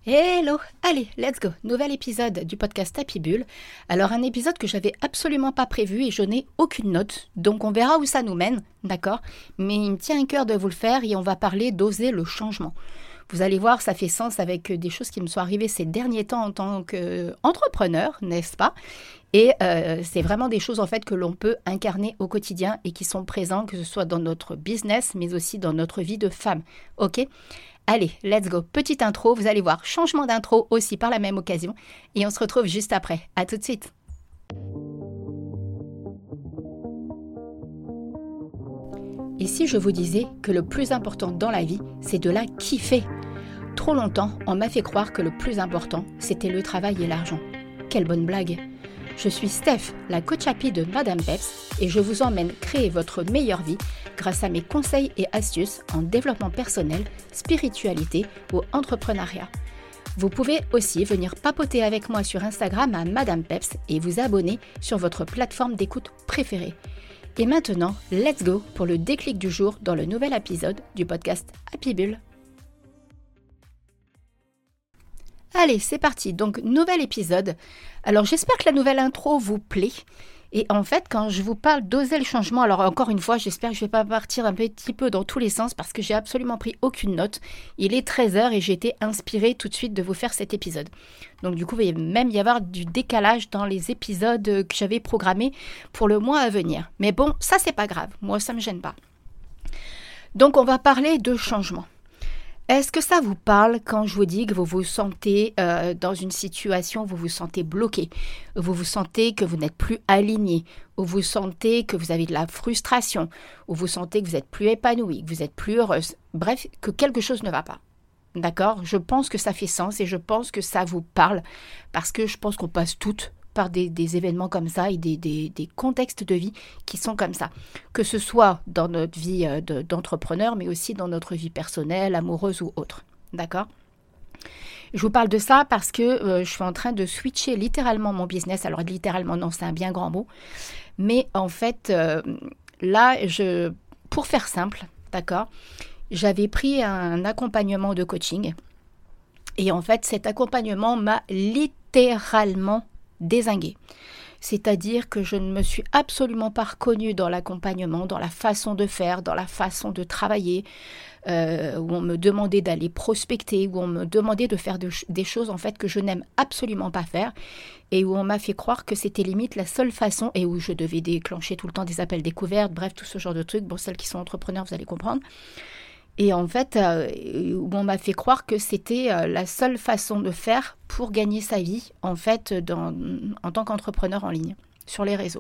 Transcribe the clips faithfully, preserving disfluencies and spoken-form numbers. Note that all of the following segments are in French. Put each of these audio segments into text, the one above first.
Hello! Allez, let's go! Nouvel épisode du podcast Happy Bull. Alors, un épisode que j'avais absolument pas prévu et je n'ai aucune note, donc on verra où ça nous mène, d'accord? Mais il me tient à cœur de vous le faire et on va parler d'oser le changement. Vous allez voir, ça fait sens avec des choses qui me sont arrivées ces derniers temps en tant qu'entrepreneur, n'est-ce pas? Et euh, c'est vraiment des choses en fait que l'on peut incarner au quotidien et qui sont présentes, que ce soit dans notre business, mais aussi dans notre vie de femme. Ok? Allez, let's go. Petite intro, vous allez voir, changement d'intro aussi par la même occasion. Et on se retrouve juste après. À tout de suite. Et si je vous disais que le plus important dans la vie, c'est de la kiffer? Trop longtemps, on m'a fait croire que le plus important, c'était le travail et l'argent. Quelle bonne blague! Je suis Steph, la coach happy de Madame Peps, et je vous emmène créer votre meilleure vie grâce à mes conseils et astuces en développement personnel, spiritualité ou entrepreneuriat. Vous pouvez aussi venir papoter avec moi sur Instagram à Madame Peps et vous abonner sur votre plateforme d'écoute préférée. Et maintenant, let's go pour le déclic du jour dans le nouvel épisode du podcast Happy Bull. Allez, c'est parti. Donc, nouvel épisode. Alors, j'espère que la nouvelle intro vous plaît. Et en fait, quand je vous parle d'oser le changement, alors encore une fois, j'espère que je ne vais pas partir un petit peu dans tous les sens parce que j'ai absolument pris aucune note. Il est treize heures et j'ai été inspirée tout de suite de vous faire cet épisode. Donc, du coup, il va même y avoir du décalage dans les épisodes que j'avais programmés pour le mois à venir. Mais bon, ça, c'est pas grave. Moi, ça ne me gêne pas. Donc, on va parler de changement. Est-ce que ça vous parle quand je vous dis que vous vous sentez euh, dans une situation où vous vous sentez bloqué, où vous vous sentez que vous n'êtes plus aligné, où vous sentez que vous avez de la frustration, où vous sentez que vous n'êtes plus épanoui, que vous n'êtes plus heureuse, bref, que quelque chose ne va pas. D'accord? Je pense que ça fait sens et je pense que ça vous parle parce que je pense qu'on passe toutes par des, des événements comme ça et des, des, des contextes de vie qui sont comme ça. Que ce soit dans notre vie de, d'entrepreneur, mais aussi dans notre vie personnelle, amoureuse ou autre. D'accord ? Je vous parle de ça parce que euh, je suis en train de switcher littéralement mon business. Alors littéralement, non, c'est un bien grand mot. Mais en fait, euh, là, je, pour faire simple, d'accord, j'avais pris un accompagnement de coaching. Et en fait, cet accompagnement m'a littéralement dézinguée. C'est-à-dire que je ne me suis absolument pas reconnue dans l'accompagnement, dans la façon de faire, dans la façon de travailler, euh, où on me demandait d'aller prospecter, où on me demandait de faire de, des choses en fait que je n'aime absolument pas faire et où on m'a fait croire que c'était limite la seule façon et où je devais déclencher tout le temps des appels découvertes, bref, tout ce genre de trucs. Bon, celles qui sont entrepreneurs, vous allez comprendre. Et en fait, euh, on m'a fait croire que c'était euh, la seule façon de faire pour gagner sa vie, en fait, dans, en tant qu'entrepreneur en ligne, sur les réseaux.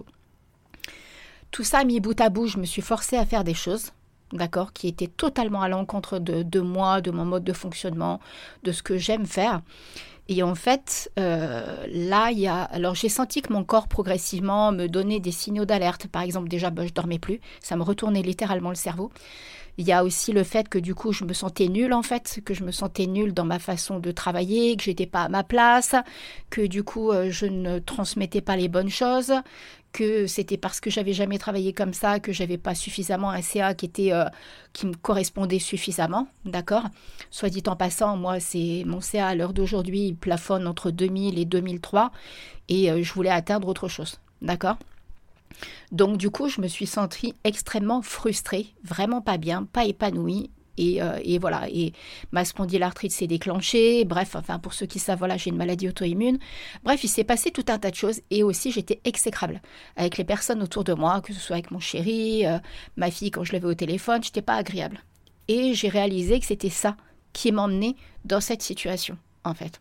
Tout ça mis bout à bout, je me suis forcée à faire des choses, d'accord, qui étaient totalement à l'encontre de, de moi, de mon mode de fonctionnement, de ce que j'aime faire. Et en fait, euh, là, il y a... Alors, j'ai senti que mon corps, progressivement, me donnait des signaux d'alerte. Par exemple, déjà, ben, je ne dormais plus. Ça me retournait littéralement le cerveau. Il y a aussi le fait que, du coup, je me sentais nulle, en fait. Que je me sentais nulle dans ma façon de travailler, que je n'étais pas à ma place, que, du coup, euh, je ne transmettais pas les bonnes choses, que c'était parce que j'avais jamais travaillé comme ça, que j'avais pas suffisamment un C A qui était euh, qui me correspondait suffisamment, d'accord. Soit dit en passant, moi c'est mon C A à l'heure d'aujourd'hui, il plafonne entre deux mille et deux mille trois et euh, je voulais atteindre autre chose, d'accord. Donc du coup, je me suis sentie extrêmement frustrée, vraiment pas bien, pas épanouie. Et, euh, et voilà, et ma spondylarthrite s'est déclenchée, bref, enfin pour ceux qui savent, voilà, j'ai une maladie auto-immune. Bref, il s'est passé tout un tas de choses et aussi j'étais exécrable avec les personnes autour de moi, que ce soit avec mon chéri, euh, ma fille quand je l'avais au téléphone, j'étais pas agréable. Et j'ai réalisé que c'était ça qui m'emmenait dans cette situation, en fait.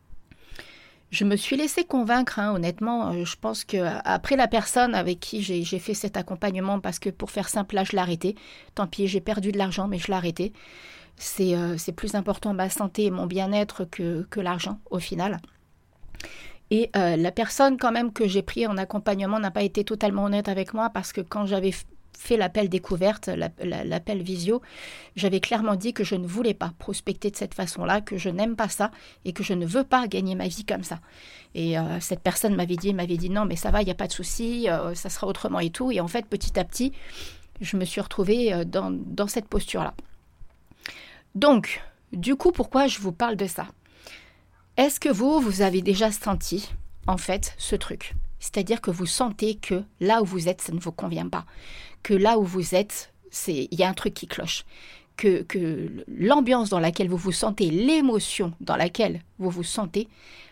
Je me suis laissée convaincre, hein, honnêtement. Je pense qu'après la personne avec qui j'ai, j'ai fait cet accompagnement, parce que pour faire simple, là, je l'ai arrêté. Tant pis, j'ai perdu de l'argent, mais je l'ai arrêté. C'est, euh, c'est plus important ma santé et mon bien-être que, que l'argent, au final. Et euh, la personne, quand même, que j'ai pris en accompagnement n'a pas été totalement honnête avec moi, parce que quand j'avais fait l'appel découverte, l'appel visio, j'avais clairement dit que je ne voulais pas prospecter de cette façon-là, que je n'aime pas ça et que je ne veux pas gagner ma vie comme ça. Et euh, cette personne m'avait dit, m'avait dit non mais ça va, il n'y a pas de souci, euh, ça sera autrement et tout. Et en fait, petit à petit, je me suis retrouvée dans, dans cette posture-là. Donc, du coup, pourquoi je vous parle de ça ? Est-ce que vous, vous avez déjà senti, en fait, ce truc ? C'est-à-dire que vous sentez que là où vous êtes, ça ne vous convient pas. Que là où vous êtes, c'est, il y a un truc qui cloche. Que, que l'ambiance dans laquelle vous vous sentez, l'émotion dans laquelle vous vous sentez,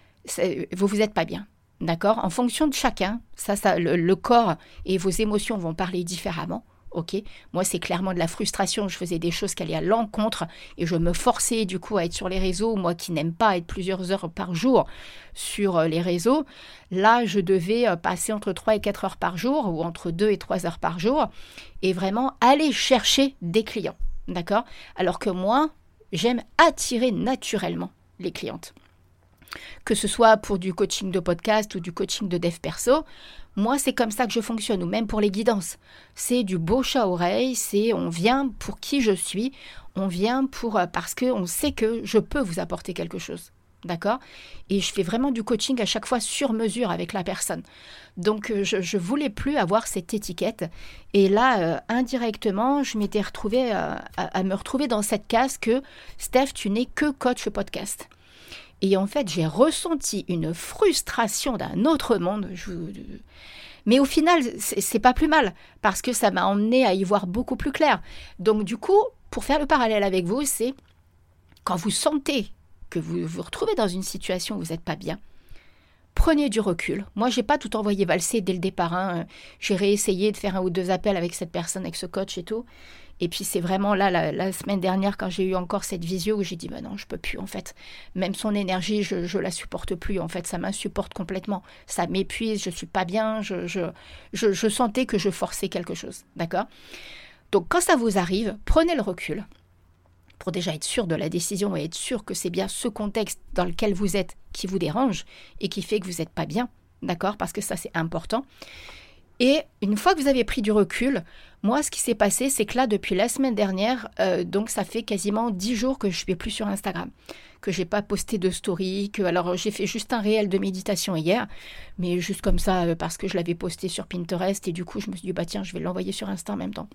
vous vous êtes pas bien. D'accord ? En fonction de chacun, ça, ça, le, le corps et vos émotions vont parler différemment. Ok, moi c'est clairement de la frustration, je faisais des choses qui allaient à l'encontre et je me forçais du coup à être sur les réseaux, moi qui n'aime pas être plusieurs heures par jour sur les réseaux, là je devais passer entre trois et quatre heures par jour ou entre deux et trois heures par jour et vraiment aller chercher des clients, d'accord ? Alors que moi, j'aime attirer naturellement les clientes. Que ce soit pour du coaching de podcast ou du coaching de dev perso, moi, c'est comme ça que je fonctionne, ou même pour les guidances. C'est du bouche à oreille, c'est on vient pour qui je suis, on vient pour parce qu'on sait que je peux vous apporter quelque chose. D'accord ? Et je fais vraiment du coaching à chaque fois sur mesure avec la personne. Donc, je ne voulais plus avoir cette étiquette. Et là, euh, indirectement, je m'étais retrouvée euh, à, à me retrouver dans cette case que « Steph, tu n'es que coach podcast ». Et en fait, j'ai ressenti une frustration d'un autre monde. Je... Mais au final, c'est, c'est pas plus mal, parce que ça m'a emmené à y voir beaucoup plus clair. Donc du coup, pour faire le parallèle avec vous, c'est quand vous sentez que vous vous retrouvez dans une situation où vous n'êtes pas bien, prenez du recul. Moi, j'ai pas tout envoyé valser dès le départ. Hein. J'ai réessayé de faire un ou deux appels avec cette personne, avec ce coach et tout. Et puis c'est vraiment là, la, la semaine dernière, quand j'ai eu encore cette visio, où j'ai dit, bah non, je peux plus en fait. Même son énergie, je, je la supporte plus. En fait, ça m'insupporte complètement. Ça m'épuise, je suis pas bien. Je, je, je, je sentais que je forçais quelque chose, d'accord ? Donc quand ça vous arrive, prenez le recul pour déjà être sûr de la décision et être sûr que c'est bien ce contexte dans lequel vous êtes qui vous dérange et qui fait que vous n'êtes pas bien, d'accord ? Parce que ça, c'est important. Et une fois que vous avez pris du recul, moi, ce qui s'est passé, c'est que là, depuis la semaine dernière, euh, donc ça fait quasiment dix jours que je ne vais plus sur Instagram, que je n'ai pas posté de story, que alors j'ai fait juste un réel de méditation hier, mais juste comme ça, euh, parce que je l'avais posté sur Pinterest, et du coup, je me suis dit, bah tiens, je vais l'envoyer sur Insta en même temps.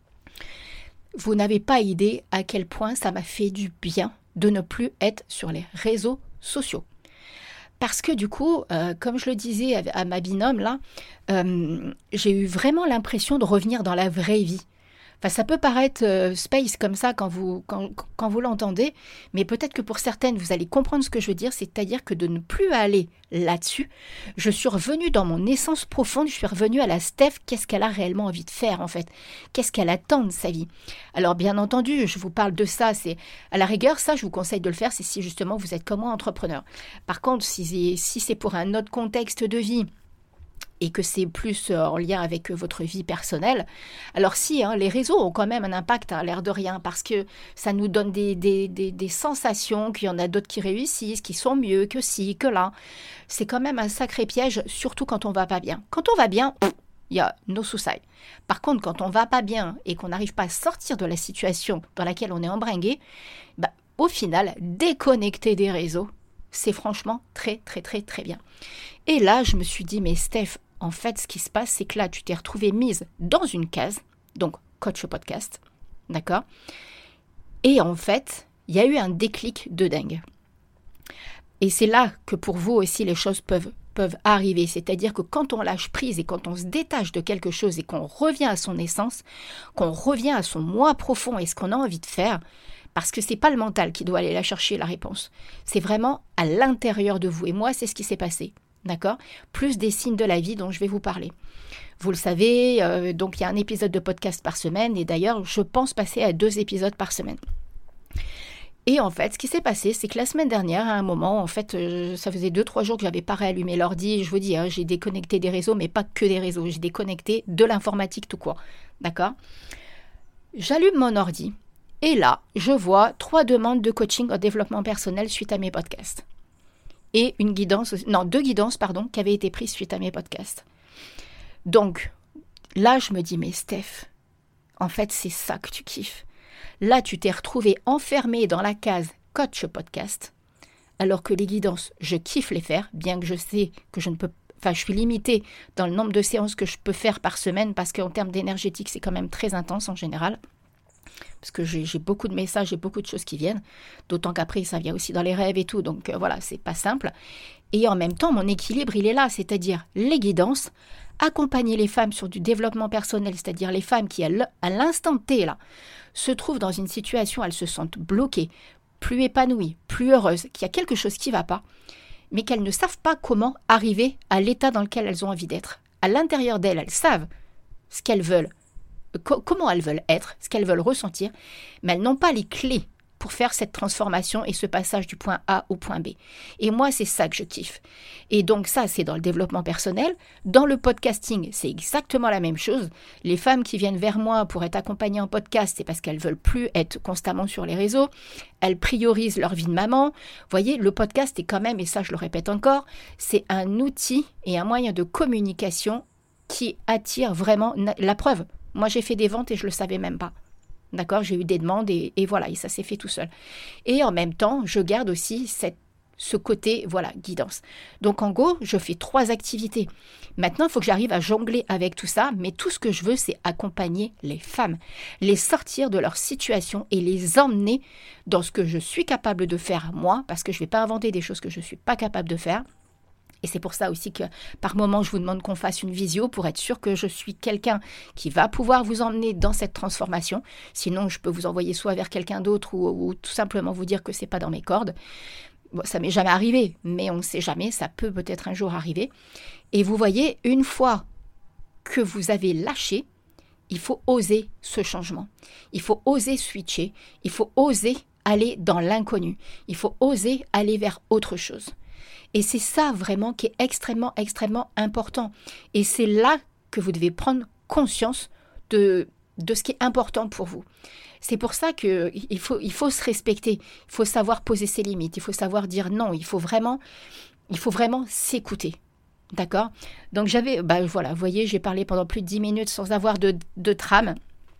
Vous n'avez pas idée à quel point ça m'a fait du bien de ne plus être sur les réseaux sociaux. Parce que du coup, euh, comme je le disais à, à ma binôme, là, euh, j'ai eu vraiment l'impression de revenir dans la vraie vie. Enfin, ça peut paraître euh, space comme ça quand vous, quand, quand vous l'entendez, mais peut-être que pour certaines, vous allez comprendre ce que je veux dire, c'est-à-dire que de ne plus aller là-dessus, je suis revenue dans mon essence profonde, je suis revenue à la Steph, qu'est-ce qu'elle a réellement envie de faire en fait, qu'est-ce qu'elle attend de sa vie. Alors bien entendu, je vous parle de ça, c'est à la rigueur, ça je vous conseille de le faire, c'est si justement vous êtes comme moi entrepreneur. Par contre, si c'est, si c'est pour un autre contexte de vie, et que c'est plus en lien avec votre vie personnelle. Alors si, hein, les réseaux ont quand même un impact, à l'air de rien, parce que ça nous donne des, des, des, des sensations, qu'il y en a d'autres qui réussissent, qui sont mieux, que ci, que là. C'est quand même un sacré piège, surtout quand on va pas bien. Quand on va bien, il y a no souci. Par contre, quand on va pas bien et qu'on n'arrive pas à sortir de la situation dans laquelle on est embringué, bah, au final, déconnecter des réseaux, c'est franchement très, très, très, très bien. Et là, je me suis dit, mais Steph, en fait, ce qui se passe, c'est que là, tu t'es retrouvée mise dans une case, donc coach podcast, d'accord ? Et en fait, il y a eu un déclic de dingue. Et c'est là que pour vous aussi, les choses peuvent, peuvent arriver. C'est-à-dire que quand on lâche prise et quand on se détache de quelque chose et qu'on revient à son essence, qu'on revient à son moi profond et ce qu'on a envie de faire, parce que ce n'est pas le mental qui doit aller la chercher, la réponse. C'est vraiment à l'intérieur de vous. Et moi, c'est ce qui s'est passé. D'accord ? Plus des signes de la vie dont je vais vous parler. Vous le savez, euh, donc il y a un épisode de podcast par semaine et d'ailleurs, je pense passer à deux épisodes par semaine. Et en fait, ce qui s'est passé, c'est que la semaine dernière, à un moment, en fait, euh, ça faisait deux, trois jours que je n'avais pas réallumé l'ordi. Je vous dis, hein, j'ai déconnecté des réseaux, mais pas que des réseaux. J'ai déconnecté de l'informatique tout court. D'accord ? J'allume mon ordi et là, je vois trois demandes de coaching en développement personnel suite à mes podcasts. Et une guidance, non, deux guidances, pardon, qui avaient été prises suite à mes podcasts. Donc, là, je me dis, mais Steph, en fait, c'est ça que tu kiffes. Là, tu t'es retrouvée enfermée dans la case coach podcast, alors que les guidances, je kiffe les faire, bien que je sais que je ne peux, enfin, je suis limitée dans le nombre de séances que je peux faire par semaine, parce qu'en termes d'énergétique, c'est quand même très intense en général. Parce que j'ai, j'ai beaucoup de messages et beaucoup de choses qui viennent. D'autant qu'après, ça vient aussi dans les rêves et tout. Donc euh, voilà, c'est pas simple. Et en même temps, mon équilibre, il est là. C'est-à-dire les guidances, accompagner les femmes sur du développement personnel. C'est-à-dire les femmes qui, à l'instant T, là, se trouvent dans une situation, elles se sentent bloquées, plus épanouies, plus heureuses, qu'il y a quelque chose qui ne va pas, mais qu'elles ne savent pas comment arriver à l'état dans lequel elles ont envie d'être. À l'intérieur d'elles, elles savent ce qu'elles veulent, co- comment elles veulent être, ce qu'elles veulent ressentir, mais elles n'ont pas les clés pour faire cette transformation et ce passage du point A au point B. Et moi, c'est ça que je kiffe. Et donc ça, c'est dans le développement personnel. Dans le podcasting, c'est exactement la même chose. Les femmes qui viennent vers moi pour être accompagnées en podcast, c'est parce qu'elles veulent plus être constamment sur les réseaux. Elles priorisent leur vie de maman. Vous voyez, le podcast est quand même, et ça je le répète encore, c'est un outil et un moyen de communication qui attire vraiment la preuve. Moi, j'ai fait des ventes et je ne le savais même pas. D'accord, j'ai eu des demandes et, et voilà, et ça s'est fait tout seul. Et en même temps, je garde aussi cette, ce côté, voilà, guidance. Donc en gros, je fais trois activités. Maintenant, il faut que j'arrive à jongler avec tout ça, mais tout ce que je veux, c'est accompagner les femmes, les sortir de leur situation et les emmener dans ce que je suis capable de faire moi, parce que je ne vais pas inventer des choses que je ne suis pas capable de faire. Et c'est pour ça aussi que par moment, je vous demande qu'on fasse une visio pour être sûr que je suis quelqu'un qui va pouvoir vous emmener dans cette transformation. Sinon, je peux vous envoyer soit vers quelqu'un d'autre ou, ou tout simplement vous dire que ce n'est pas dans mes cordes. Bon, ça ne m'est jamais arrivé, mais on ne sait jamais, ça peut peut-être un jour arriver. Et vous voyez, une fois que vous avez lâché, il faut oser ce changement. Il faut oser switcher. Il faut oser aller dans l'inconnu. Il faut oser aller vers autre chose. Et c'est ça vraiment qui est extrêmement, extrêmement important. Et c'est là que vous devez prendre conscience de, de ce qui est important pour vous. C'est pour ça qu'il faut, il faut se respecter. Il faut savoir poser ses limites. Il faut savoir dire non. Il faut vraiment, il faut vraiment s'écouter. D'accord ? Donc j'avais, bah voilà, vous voyez, j'ai parlé pendant plus de dix minutes sans avoir de, de trame.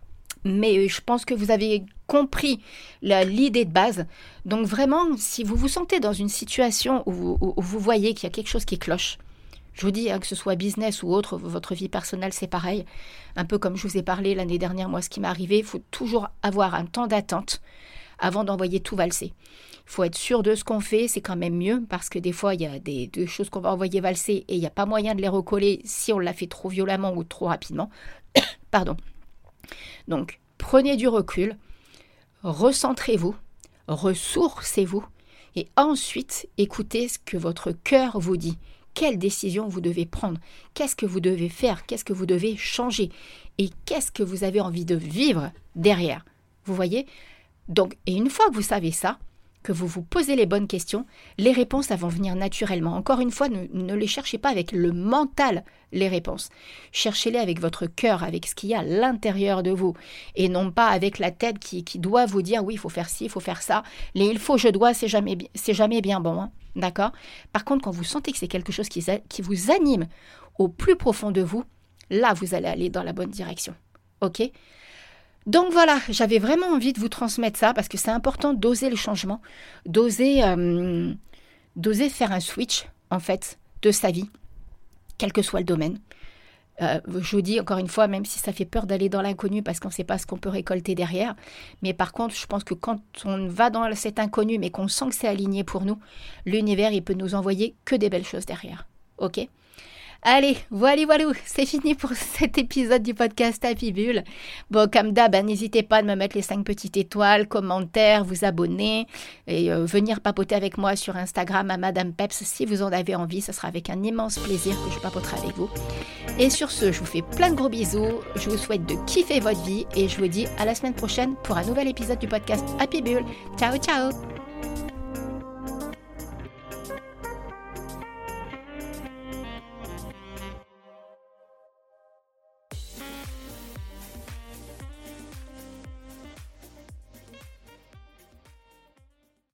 Mais je pense que vous avez compris la, l'idée de base. Donc vraiment, si vous vous sentez dans une situation où vous, où vous voyez qu'il y a quelque chose qui cloche, je vous dis, hein, que ce soit business ou autre, votre vie personnelle, c'est pareil. Un peu comme je vous ai parlé l'année dernière, moi, ce qui m'est arrivé, il faut toujours avoir un temps d'attente avant d'envoyer tout valser. Il faut être sûr de ce qu'on fait, c'est quand même mieux, parce que des fois, il y a des, des choses qu'on va envoyer valser et il n'y a pas moyen de les recoller si on l'a fait trop violemment ou trop rapidement. Pardon. Donc, prenez du recul, recentrez-vous, ressourcez-vous et ensuite écoutez ce que votre cœur vous dit. Quelle décision vous devez prendre? Qu'est-ce que vous devez faire? Qu'est-ce que vous devez changer? Et qu'est-ce que vous avez envie de vivre derrière? Vous voyez? Donc, et une fois que vous savez ça, que vous vous posez les bonnes questions, les réponses elles vont venir naturellement. Encore une fois, ne, ne les cherchez pas avec le mental, les réponses. Cherchez-les avec votre cœur, avec ce qu'il y a à l'intérieur de vous. Et non pas avec la tête qui, qui doit vous dire, oui, il faut faire ci, il faut faire ça. Les il faut, je dois, c'est jamais, c'est jamais bien bon. Hein, d'accord? Par contre, quand vous sentez que c'est quelque chose qui, qui vous anime au plus profond de vous, là, vous allez aller dans la bonne direction. OK ? Donc voilà, j'avais vraiment envie de vous transmettre ça parce que c'est important d'oser le changement, d'oser, euh, d'oser faire un switch, en fait, de sa vie, quel que soit le domaine. Euh, je vous dis encore une fois, même si ça fait peur d'aller dans l'inconnu parce qu'on ne sait pas ce qu'on peut récolter derrière, mais par contre, je pense que quand on va dans cet inconnu, mais qu'on sent que c'est aligné pour nous, l'univers, il peut nous envoyer que des belles choses derrière. OK ? Allez, voilà, voilà, c'est fini pour cet épisode du podcast Happy Bull. Bon, comme d'hab, hein, n'hésitez pas à me mettre les cinq petites étoiles, commentaires, vous abonner et euh, venir papoter avec moi sur Instagram à Madame Peps si vous en avez envie. Ce sera avec un immense plaisir que je papoterai avec vous. Et sur ce, je vous fais plein de gros bisous. Je vous souhaite de kiffer votre vie et je vous dis à la semaine prochaine pour un nouvel épisode du podcast Happy Bull. Ciao, ciao!